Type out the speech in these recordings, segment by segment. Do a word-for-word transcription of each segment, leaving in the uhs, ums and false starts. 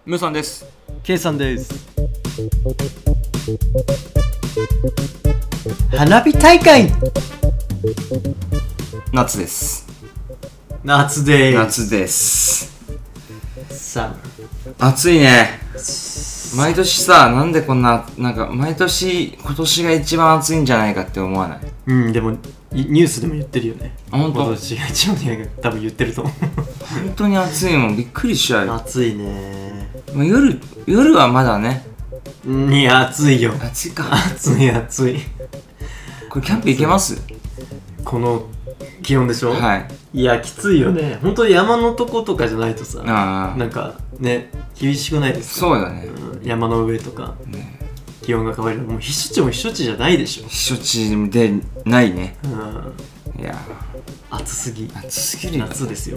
ムーさんです。 ケイさんです。花火大会夏です。 夏です。 夏です。 さあ暑いね。毎年さ、なんでこんな、なんか毎年今年が一番暑いんじゃないかって思わない？ うん、でもニュースでも言ってるよね。 本当？ 今年が一番じゃないか、多分言ってると思う。 本当に暑いもん、びっくりしちゃうよ。 暑いね。 まあ、夜夜はまだね。 いや暑いよ。 暑いか。 暑い暑い。 これキャンプ行けます？ この気温でしょ。 はい。 いやきついよね。本当に山のとことかじゃないとさ、 あなんかね厳しくないですか？そうだね、 うん、山の上とか、ね、気温が変わる。もう避暑地も避暑地じゃないでしょ。 避暑地でないね。 うん、 いや暑すぎ。 暑すぎるよ。 夏ですよ。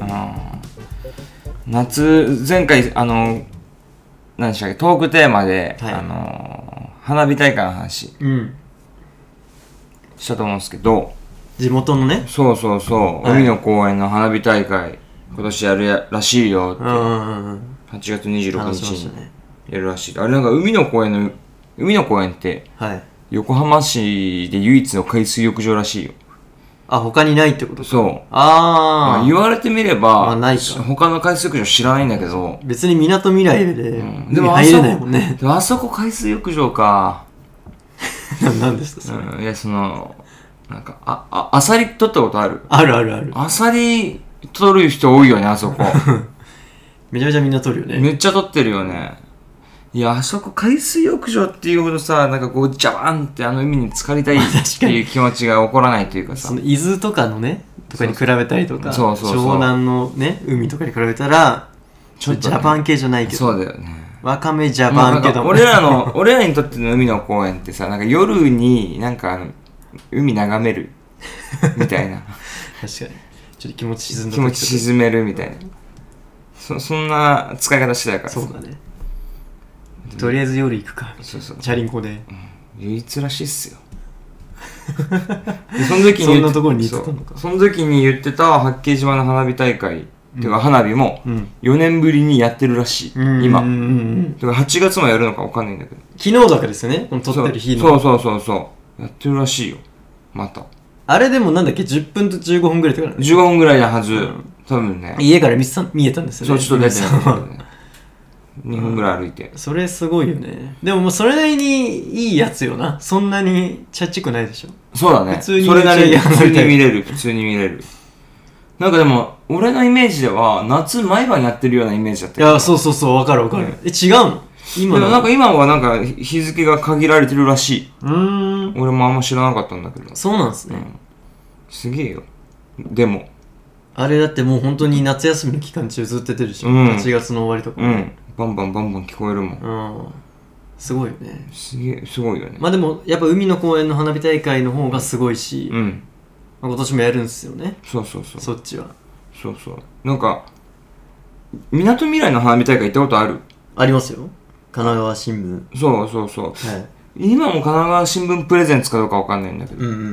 夏前回あの何でしたっけ、トークテーマで、はい、あの花火大会の話、うん、したと思うんですけど、 地元のね、 そうそうそう、はい、海の公園の花火大会今年やるらしいよって、はちがつにじゅうろくにちにやるらしい。あれなんか海の公園の海の公園って、はい、横浜市で唯一の海水浴場らしいよ。あ、 他にないってことか。 そう。あ、まあ、言われてみれば、まあ、 ないか。 他の海水浴場知らないんだけど、 別に港未来で、うん、 でも入れないもんね。 でもあそこ海水浴場か。 何ですかそれ、 うん、いやそのなんかああアサリ取ったことある？ あるあるある。 アサリ取る人多いよね、あそこ。 めちゃめちゃみんな取るよね。 めっちゃ取ってるよね。いや、あそこ海水浴場っていうほどさ、なんかこうジャバーンってあの海に浸かりたいっていう気持ちが起こらないというかさ、 その伊豆とかのねとかに比べたりとか、そうそうそう、湘南のね海とかに比べたらちょっと、ね、ジャパン系じゃないけど、 そうだよね。 わかめジャパン系だもん、 まあ、俺らの俺らにとっての海の公園ってさ、なんか夜になんかあの海眺めるみたいな。 確かにちょっと気持ち沈んだ気持ち沈めるみたいな、うん、そ, そんな使い方してたから。 そうだね。とりあえず夜行くか。そうそう、チャリンコで、うん、 唯一らしいっすよ。でその時にそんなところに行ってたのか。その時に言ってた八景島の花火大会、うん、てか花火もよねんぶりにやってるらしい、うん、今、うん、だからはちがつもやるのか分かんないんだけど、 昨日だけですよね、この撮ってる日の。 そうそうそうそうやってるらしいよ。またあれでもなんだっけ、じゅっぷんとじゅうごふんぐらいとか、ね、 じゅうごふんぐらいのはず、うん、多分ね。 家から見えたんですよね。 そう、ちょっと出てないんだけどね。にふんぐらい歩いて、 それすごいよね。でももうそれなりにいいやつよな。そんなにチャッチくないでしょ。 そうだね。 普通にそれなりに普通に見れる。普通に見れる。なんかでも俺のイメージでは夏毎晩やってるようなイメージだったけど。 いや、そうそうそう、わかるわかる、うん、え、違うの今の。 でもなんか今はなんか日付が限られてるらしい。 うーん、 俺もあんま知らなかったんだけど。 そうなんですね、うん、 すげえよ。でもあれだってもう本当に夏休みの期間中ずっとやってるでしょ、うん、はちがつの終わりとか、 うん、バンバンバンバン聞こえるもん、 うん、すごいよね。 すげえ、すごいよね。 まあでもやっぱ海の公園の花火大会の方がすごいし、うん、まあ、今年もやるんですよね。 そうそうそう、 そっちは。 そうそう、なんかみなとみらいの花火大会行ったことある？ ありますよ、神奈川新聞。そうそうそう、はい、今も神奈川新聞プレゼンツかどうかわかんないんだけど、うんうんうん、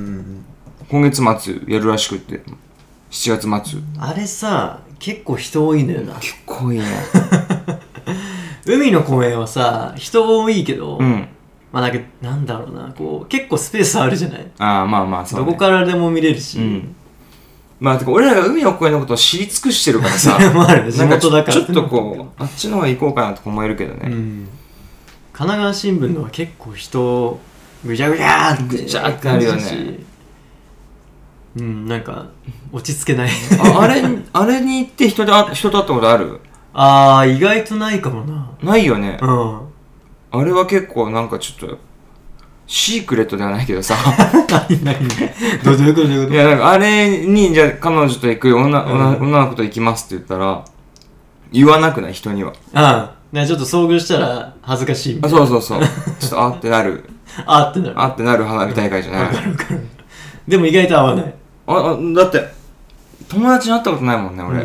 今月末やるらしくって、しちがつまつ。 あれさ、結構人多いんだよな。 結構いいね。 海の公園はさ、人多いけど、うん、まあなんか、なんだろうな、こう、結構スペースあるじゃない。 ああ、まあまあそう、ね、 どこからでも見れるし。うん、 まあ、てか俺らが海の公園のことを知り尽くしてるからさ、 それもあるね、地元だから。 ちょっとこう、あっちの方が行こうかなと思えるけどね。うん、 神奈川新聞のは結構人、ぐちゃぐちゃーって。 ぐちゃってあるよね。 うん、なんか落ち着けない。 あ, あれあれに行って人で人と会ったことある？ ああ、意外とないかもな。 ないよね。 うん。 あれは結構なんかちょっとシークレットではないけどさ。 何何どういうことどういうこと？ いや、なんかあれにじゃあ彼女と行く 女,、うん、女の子と行きますって言ったら言わなくない？人には。 ああ、ね、ちょっと遭遇したら恥ずかしいみたいな。 あ、そうそうそう。ちょっとあってなる。 あってなる。 あってなる花火大会じゃない。 わかるわかる。でも意外と合わない。 ああ、だって友達に会ったことないもんね、俺。うん、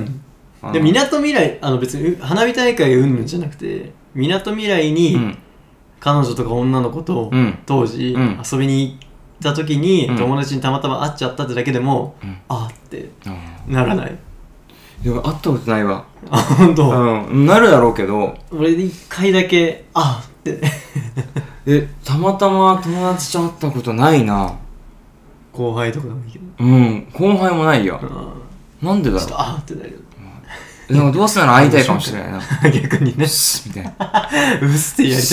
でみなとみらい、あの別に花火大会うんぬんじゃなくて、みなとみらいに彼女とか女の子と当時遊びに行った時に友達にたまたま会っちゃったってだけでも、うん、あーってならない？ でも会ったことないわ。 あ、ほんと。 うん、なるだろうけど。 俺一回だけ、あって。 え、たまたま友達と会ったことないな。 後輩とかでもいいけど。 うん、後輩もないよ。なんでだろう。ちょっとあーってなるよ。 なんかどうせなら会いたいかもしれないな。 逆にね。 うっすみたいな。 うっすってやりたい。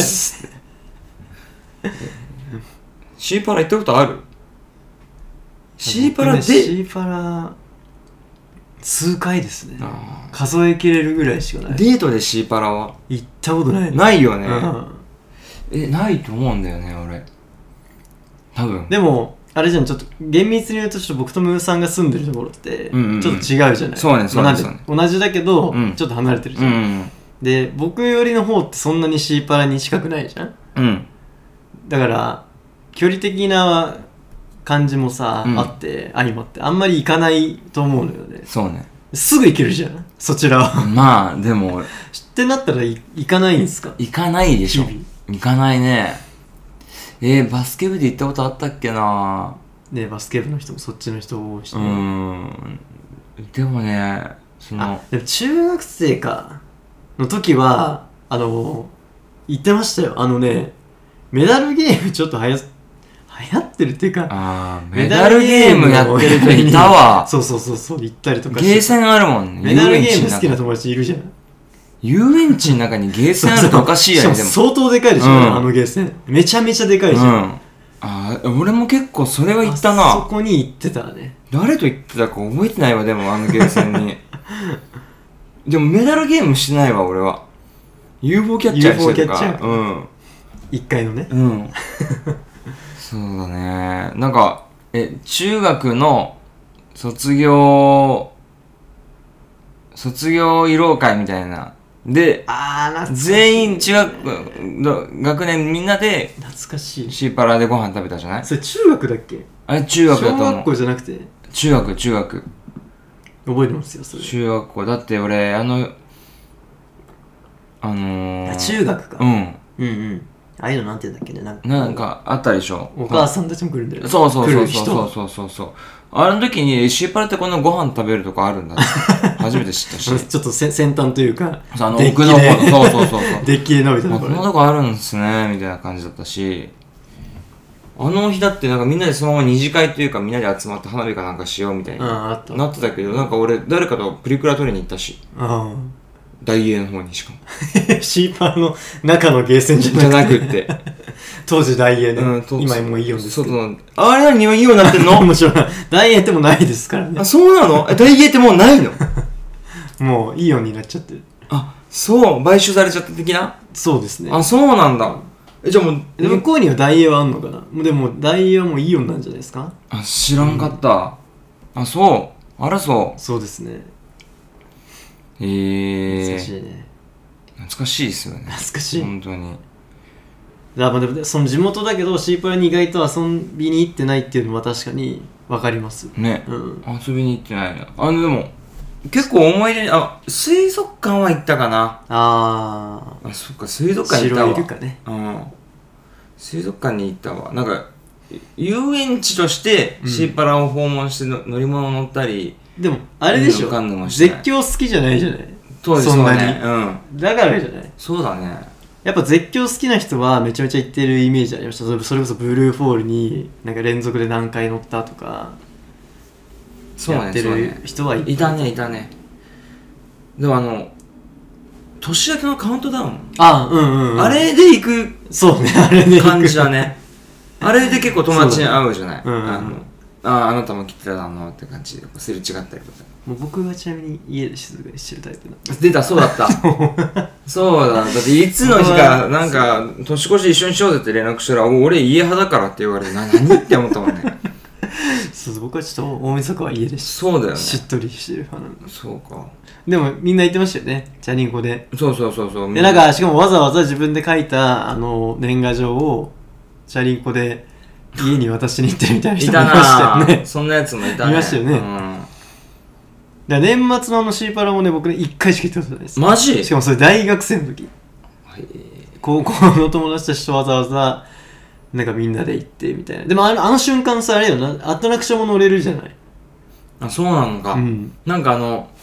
シーパラ行ったことある？シーパラで、 シーパラ数回ですね。数えきれるぐらいしかない。 デートでシーパラは行ったことない。 ないよね。 うん、 え、ないと思うんだよね、俺。多分。 でもあれじゃん、ちょっと厳密に言うとちょっと僕とムーさんが住んでるところってちょっと違うじゃない。うんうん、 そうね、そうね、そうね。 同じだけど、うん、ちょっと離れてるじゃん。 うんうん、 で、僕よりの方ってそんなにシーパラに近くないじゃん。 うん。 だから距離的な感じもさ、うん、あって相まってあんまり行かないと思うのよね。 そうね。 すぐ行けるじゃん、そちらは。 まあでもってなったら行かないんすか？ 行かないでしょ。行かないね。えー、バスケ部で行ったことあったっけな。 ね、バスケ部の人もそっちの人多いしね。 うーん。でもね、そのでも中学生かの時はあの言ってましたよ。あのね、メダルゲームちょっとはや流行ってるっていうか、 あメダルゲームやってる人いたわ。 そうそうそうそう、行ったりとかして。 ゲーセンあるもんね。 メダルゲーム好きな友達いるじゃん。 遊園地の中にゲーセンあるとおかしいやん。 でも相当でかいでしょ、うん、あのゲーセンめちゃめちゃでかいじゃん、うん、 あ俺も結構それは行ったな。 そこに行ってたね。 誰と行ってたか覚えてないわ。でもあのゲーセンにでもメダルゲームしてないわ俺は。 ユーフォー キャッチャーしてたか。 ユーフォー キャッチャー、うん、 いっかいのね。 うんそうだね。なんかえ中学の卒業卒業慰労会みたいなで、 あ全員中学の学年みんなで懐かしいシーパラでご飯食べたじゃない。 それ中学だっけ？ あれ中学だと思う。 小学校じゃなくて中学中学覚えてますよそれ。 中学校だって俺あのあのー、 あ中学か。 うんうんうんああいうのなんて言うんだっけね。なんかなんかあったでしょ。 お母さんたちも来るんだよね。 そうそうそうそうそうそうそう。あの時にシーパラってこんなご飯食べるとこあるんだって初めて知ったしちょっと先端というかあの奥の方のそうそうそうそうデッキで伸びたところ、こんなとこあるんですねみたいな感じだったし、あの日だってなんかみんなでそのまま二次会というかみんなで集まって花火かなんかしようみたいになってたけど、なんか俺誰かとプリクラ撮りに行ったし、 あ大英の方にしかもシーパラの中のゲーセンじゃなくて当時大英ね、うん、今もうイオンですけど。 あれ何今イオンなってんのもちろん大英ってもないですからね。 あそうなの。大英ってもうないのもうイオンになっちゃってる。 あそう買収されちゃった的な。 そうですね。 あそうなんだ。えじゃあもう向こうには大英はあんのかな。でも大英はもうイオンなんじゃないですか。 あ知らんかった、うん、あそうあらそうそうですね。 へえ懐かしいね。 懐かしいですよね。 懐かしい本当に。 だからでもその地元だけどシーパラに意外と遊びに行ってないっていうのは確かに分かりますね、 うん、 遊びに行ってないな。あのでも結構思い出にあ水族館は行ったかな。 ああそっか水族館行ったわ。 白イルカね、 うん、水族館に行ったわ。なんか遊園地としてシーパラを訪問しての、うん、乗り物乗ったり。 でもあれでしょ、絶叫好きじゃないじゃない。 そうですそんなに、うん、 だからじゃない。 そうだね。 やっぱ絶叫好きな人はめちゃめちゃ行ってるイメージありました。それこそブルーフォールになんか連続で何回乗ったとかやってる人はい、 ねね、いたねいたね。でもあの年明けのカウントダウン、 あ、うんうん、うん、 あれで行くそうねあれで感じだねあれで結構友達に会うじゃない、うんうん、あのああなたも来てたのって感じですれ違ったりとか。 もう僕はちなみに家で静かにしてるタイプな出たそうだったそうだだっていつの日かなんか年越し一緒にしようぜって連絡したら俺家派だからって言われてな何って思ったもんねそう僕はちょっと大晦日は家でしそうだよねしっとりしてる派なんだ。 そうか。 でもみんな言ってましたよねチャリンコで。 そうそうそうそう。 でなんかしかもわざわざ自分で書いたあの年賀状をチャリンコで家に渡しに行ってるみたいな人もいましたよね。 いたなそんなやつもいたね。 いましたよね、うん。だ年末のあのシーパラもね僕ねいっかいしか行ったことないです。 マジ？ しかもそれ大学生の時、はい、高校の友達たちとわざわざなんかみんなで行ってみたいな。でもあの、あの瞬間さあれよな、アトラクションも乗れるじゃない。 あそうなのか、うん、なんかあの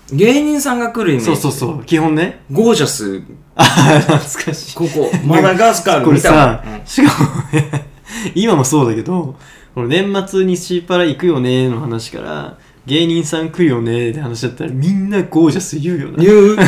芸人さんが来るイメージ。 そうそうそう、基本ね。 ゴージャス。 ああ、懐かしい。 ここ、マダガスカルこれさ、うん、しかも今もそうだけど、この年末にシーパラ行くよねの話から、芸人さん来るよねって話だったら、みんなゴージャス言うよな。 言う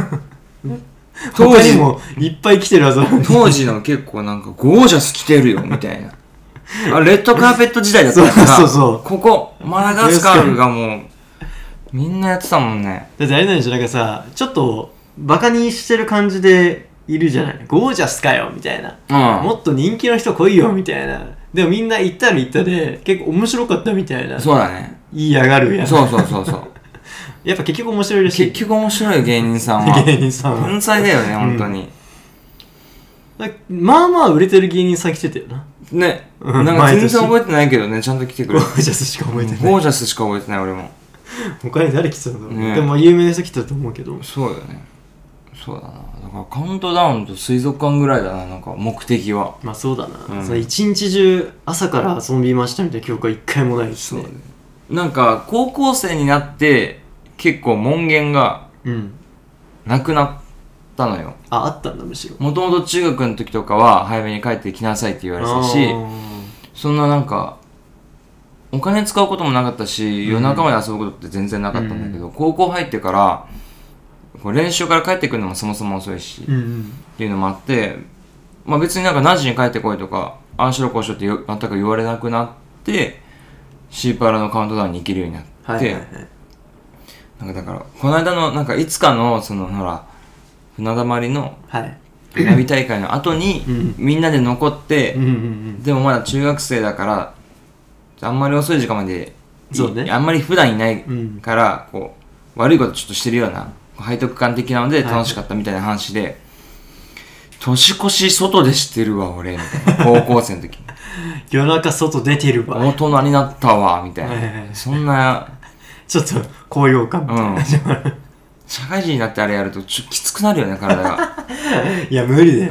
他にもいっぱい来てるはずなのに。 当時の結構なんか、ゴージャス来てるよ、みたいな。あレッドカーペット時代だったから、 そうそうそうここ、マダガスカルがもう、みんなやってたもんね。 だってあれなんでしょ、なんかさ、ちょっと、バカにしてる感じでいるじゃない。ゴージャスかよ、みたいな。うん、もっと人気の人来いよ、みたいな。でもみんな行ったら行ったで、結構面白かったみたいな。 そうだね。 言いやがるやん。 そうそうそうそう。 やっぱ結局面白いらしい。 結局面白い芸人さんは。 芸人さんは。 天才だよね、本当に。 うん、まあまあ売れてる芸人さん来てたよな。 ね。なんか全然覚えてないけどね、ちゃんと来てくれる。 ゴージャスしか覚えてない。 ゴージャスしか覚えてない、俺も。 他に誰来てたの、ね、でも有名な人来てたと思うけど。 そうだね。そうだな。だからカウントダウンと水族館ぐらいだな、なんか目的は。 まあそうだな。うん、その一日中朝から遊びましたみたいな記憶は一回もないですね。そうね。 なんか高校生になって結構門限がなくなったのよ。うん、 あ、あったんだむしろ。 もともと中学の時とかは早めに帰ってきなさいって言われてたし、そんななんかお金使うこともなかったし、夜中まで遊ぶことって全然なかったんだけど、うん、高校入ってからこう練習から帰ってくるのもそもそも遅いし、うんうん、っていうのもあって、まあ、別になんか何時に帰ってこいとかああしろこうしろって全く言われなくなって、シーパラのカウントダウンに行けるようになって、はいはいはい、なんかだからこの間のなんかいつかのそのほら船だまりの花火大会の後にみんなで残って、うんうんうん、でもまだ中学生だからあんまり遅い時間まで、そうね、あんまり普段いないから、うん、こう悪いことちょっとしてるような背徳感的なので楽しかったみたいな話で、はい、年越し外でしてるわ俺みたいな高校生の時夜中外出てるわ大人になったわみたいな、はいはいはい、そんなちょっと高揚感みたいな、うん、 社会人になってあれやるとちょっときつくなるよね体がいや無理だよ、 うん、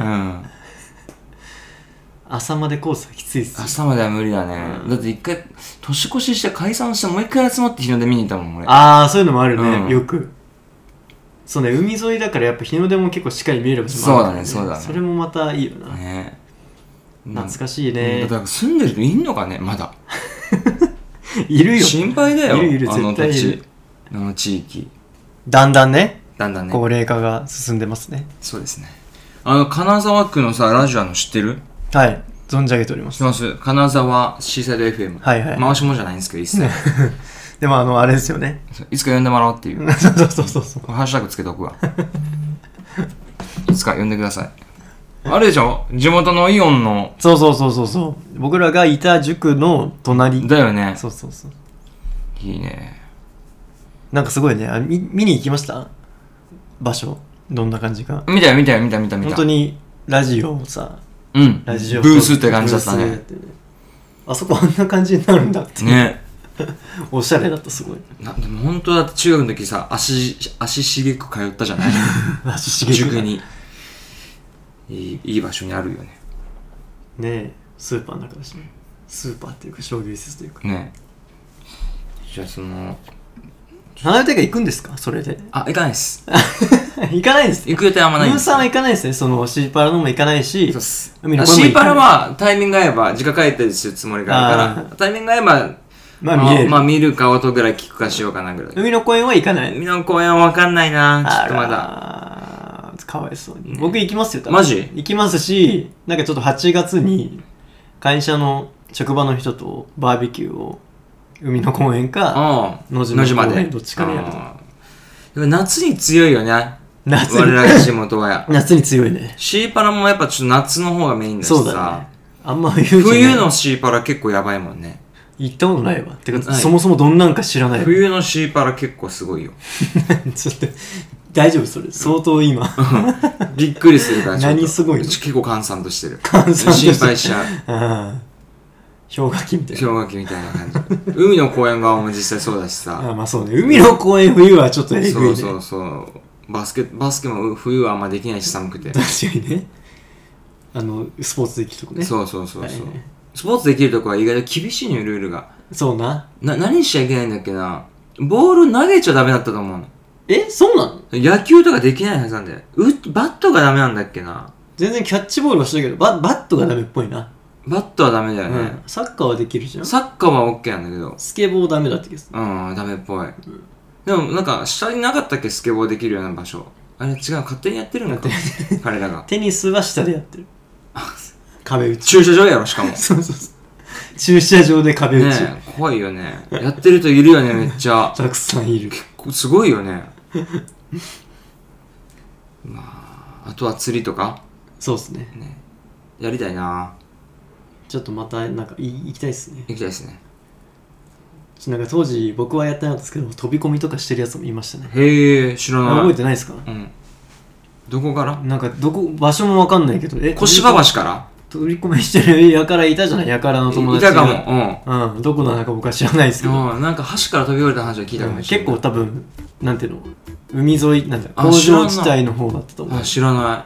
朝までコースはきついっすよ。 朝までは無理だね、うん、だって一回年越しして解散してもう一回集まって日の出見に行ったもん俺。 ああそういうのもあるね、うん、よくそうね、海沿いだからやっぱ日の出も結構しっかり見える場所もあるから、ね、 そうだねそうだね。 それもまたいいよな、ね、懐かしいね。 だから住んでる人いんのかねまだいるよ。 心配だよ。 いるいる絶対いる。 あの地域だんだんねだんだんね高齢化が進んでますね。 そうですね。あの金沢区のさラジオの知ってる？ はい存じ上げております。 知ってます。金沢シーサイド エフエム、はいはい、回しもじゃないんですけど一切でもあのあれですよね、 いつか呼んでもらおうっていうそうそうそうそうハッシュタグつけておくわいつか呼んでください。あれでしょ地元のイオンの。 そうそうそうそうそう、僕らがいた塾の隣だよね。 そうそうそう、 いいね。 なんかすごいね。あ 見, 見に行きました場所どんな感じか。 見たよ見たよ見た見た見た。 本当にラジオをさ、 うん、ラジオブースって感じだったね。 あそこあんな感じになるんだってねおしゃれだったすごい。 なでも本当だって中学の時さ足足しげく通ったじゃない足しげく塾にいい, いい場所にあるよね。ねえスーパーの中だしね。スーパーっていうか商業施設というかね。じゃあその花火大会行くんですかそれで。 あ行かないです行かないです。 行く予定あんまないんです。 ムーさんは行かないですね。そのシーパラのも行かないし。そうっす。 シーパラはタイミング合えば実家帰ったりするつもりがあるからタイミング合えばまあ見える。まあ見るか音ぐらい聞くかしようかなぐらい。 海の公園は行かない。 海の公園は分かんないなちょっとまだかわいそうに、ね、僕行きますよ。 マジ行きますし、なんかちょっとはちがつに会社の職場の人とバーベキューを海の公園か野島公園どっちかでやると。 夏に強いよね。 夏我らが地元はや夏に強いね。 シーパラもやっぱちょっと夏の方がメインだしさ。そうだね。 あんま冬冬のシーパラ結構やばいもんね。 行ったことないわ。てか、そもそもどんなんか知らない。 冬のシーパラ結構すごいよちょっと大丈夫それ相当今びっくりするからちょっと何すごいの結構閑散としてる。 閑散としてる心配しちゃう。 ああ氷河期みたいな。 氷河期みたいな感じ海の公園側も実際そうだしさ。 ああまあそうね。海の公園冬はちょっとえぐいね。 そうそうそうバスケバスケも冬はあんまできないし寒くて。 確かにね。あのスポーツできるとこね。 そうそうそうそう、はい、スポーツできるとこは意外と厳しいのよルールが。 そうな。 な何しちゃいけないんだっけな。ボール投げちゃダメだったと思うの。 え、そうなの？ 野球とかできないはずなんだよ。うバットがダメなんだっけな。 全然キャッチボールはしたけど、ババットがダメっぽいな。 バットはダメだよね、うん、 サッカーはできるじゃん。 サッカーは OK なんだけど、 スケボーダメだって気がする。うん、ダメっぽい、うん、でもなんか下になかったっけ、スケボーできるような場所。あれ違う、勝手にやってるのか彼らが。 テニスは下でやってる。壁打ち。 駐車場やろ、しかも。 そうそうそう、駐車場で壁打ち、 ね、怖いよね。やってる人いるよね、めっちゃ。 たくさんいる。 結構すごいよね。まああとは釣りとか。 そうっす ね, ねやりたいな。 ちょっとまたなんか行きたいっすね。 行きたいっすね。 なんか当時僕はやってなかったですけど、飛び込みとかしてるやつもいましたね。 へえ、知らない。 覚えてないですか？ うん。どこから？ なんかどこ、場所もわかんないけど、 え、小芝橋から？ 飛び込みしてるやからいたじゃない、やからの友達が。 いたかも。 うん。うん。どこなのか僕は知らないですけど。 うん。なんか橋から飛び降りた話は聞いたかもしれない。 結構多分、なんていうの、海沿い、なんだ、工場地帯の方だったと思う。 あ、知らない。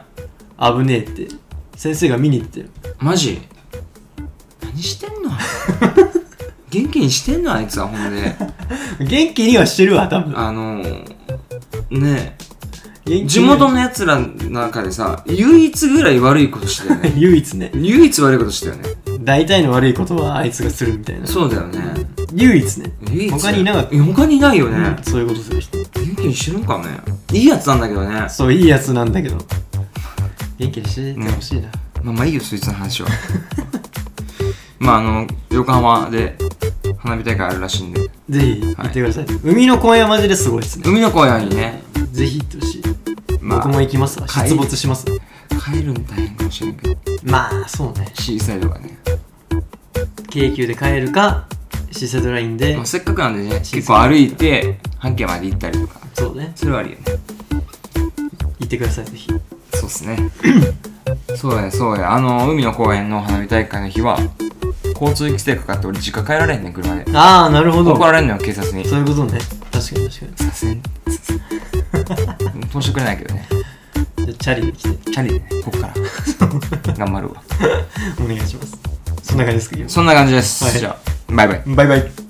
危ねえって。先生が見に行ってよ。 マジ？何してんの元気にしてんのあいつは。ほんで元気にはしてるわ多分。 あのー、ねえ、地元のやつらの中でさ、唯一ぐらい悪いことしてたよね。 唯一ね。 唯一悪いことしてたよね。 大体の悪いことはあいつがするみたいな。 そうだよね。 唯一ね。 唯一。 他にいなかった。 他にいないよね、 うん、そういうことする人。 元気にしてるんかね。いいやつなんだけどね。 そう、いいやつなんだけど元気にしててほしいな、ね、 まあまあいいよ、そいつの話は。まああの横浜で花火大会あるらしいんで、 ぜひ行ってください、はい、海の公園はマジですごいですね。 海の公園にね、 ぜひ行ってほしい、まあ、僕も行きますわ。出没します。 帰るの大変かもしれんけど、 まあそうね、 シーサイドがね、 京急で帰るかシーサイドラインで、 まあ、せっかくなんでね、結構歩いて半径まで行ったりとか。 そうね、 それはあるよね。 行ってください、ぜひ。 そうっすね。そうやそうや、あの海の公園の花火大会の日は交通規制かかって俺実家帰られへんねん、車で。 ああ、なるほど。 怒られんのよ、警察に。 そういうことね。確かに確かに。 さすがに通してくれないけどね。 じゃあチャリに来て。 チャリでね、こっから頑張るわ。 お願いします。そんな感じですか？ そんな感じです、はい、じゃあバイバイ。 バイバイ。